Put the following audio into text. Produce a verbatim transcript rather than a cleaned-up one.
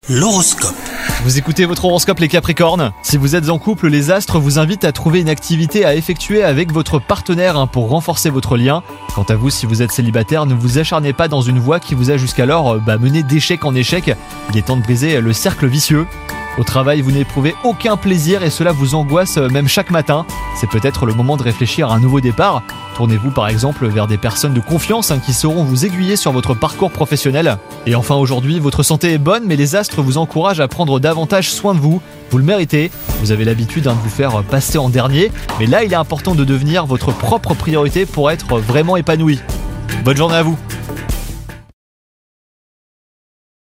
L'horoscope. Vous écoutez votre horoscope les Capricornes. Si vous êtes en couple, les astres vous invitent à trouver une activité à effectuer avec votre partenaire hein, pour renforcer votre lien. Quant à vous, si vous êtes célibataire, ne vous acharnez pas dans une voie qui vous a jusqu'alors euh, bah, mené d'échec en échec. Il est temps de briser le cercle vicieux. Au travail, vous n'éprouvez aucun plaisir et cela vous angoisse euh, même chaque matin. C'est peut-être le moment de réfléchir à un nouveau départ. Tournez-vous par exemple vers des personnes de confiance hein, qui sauront vous aiguiller sur votre parcours professionnel. Et enfin aujourd'hui, votre santé est bonne, mais les astres vous encouragent à prendre davantage soin de vous. Vous le méritez, vous avez l'habitude hein, de vous faire passer en dernier, mais là il est important de devenir votre propre priorité pour être vraiment épanoui. Bonne journée à vous.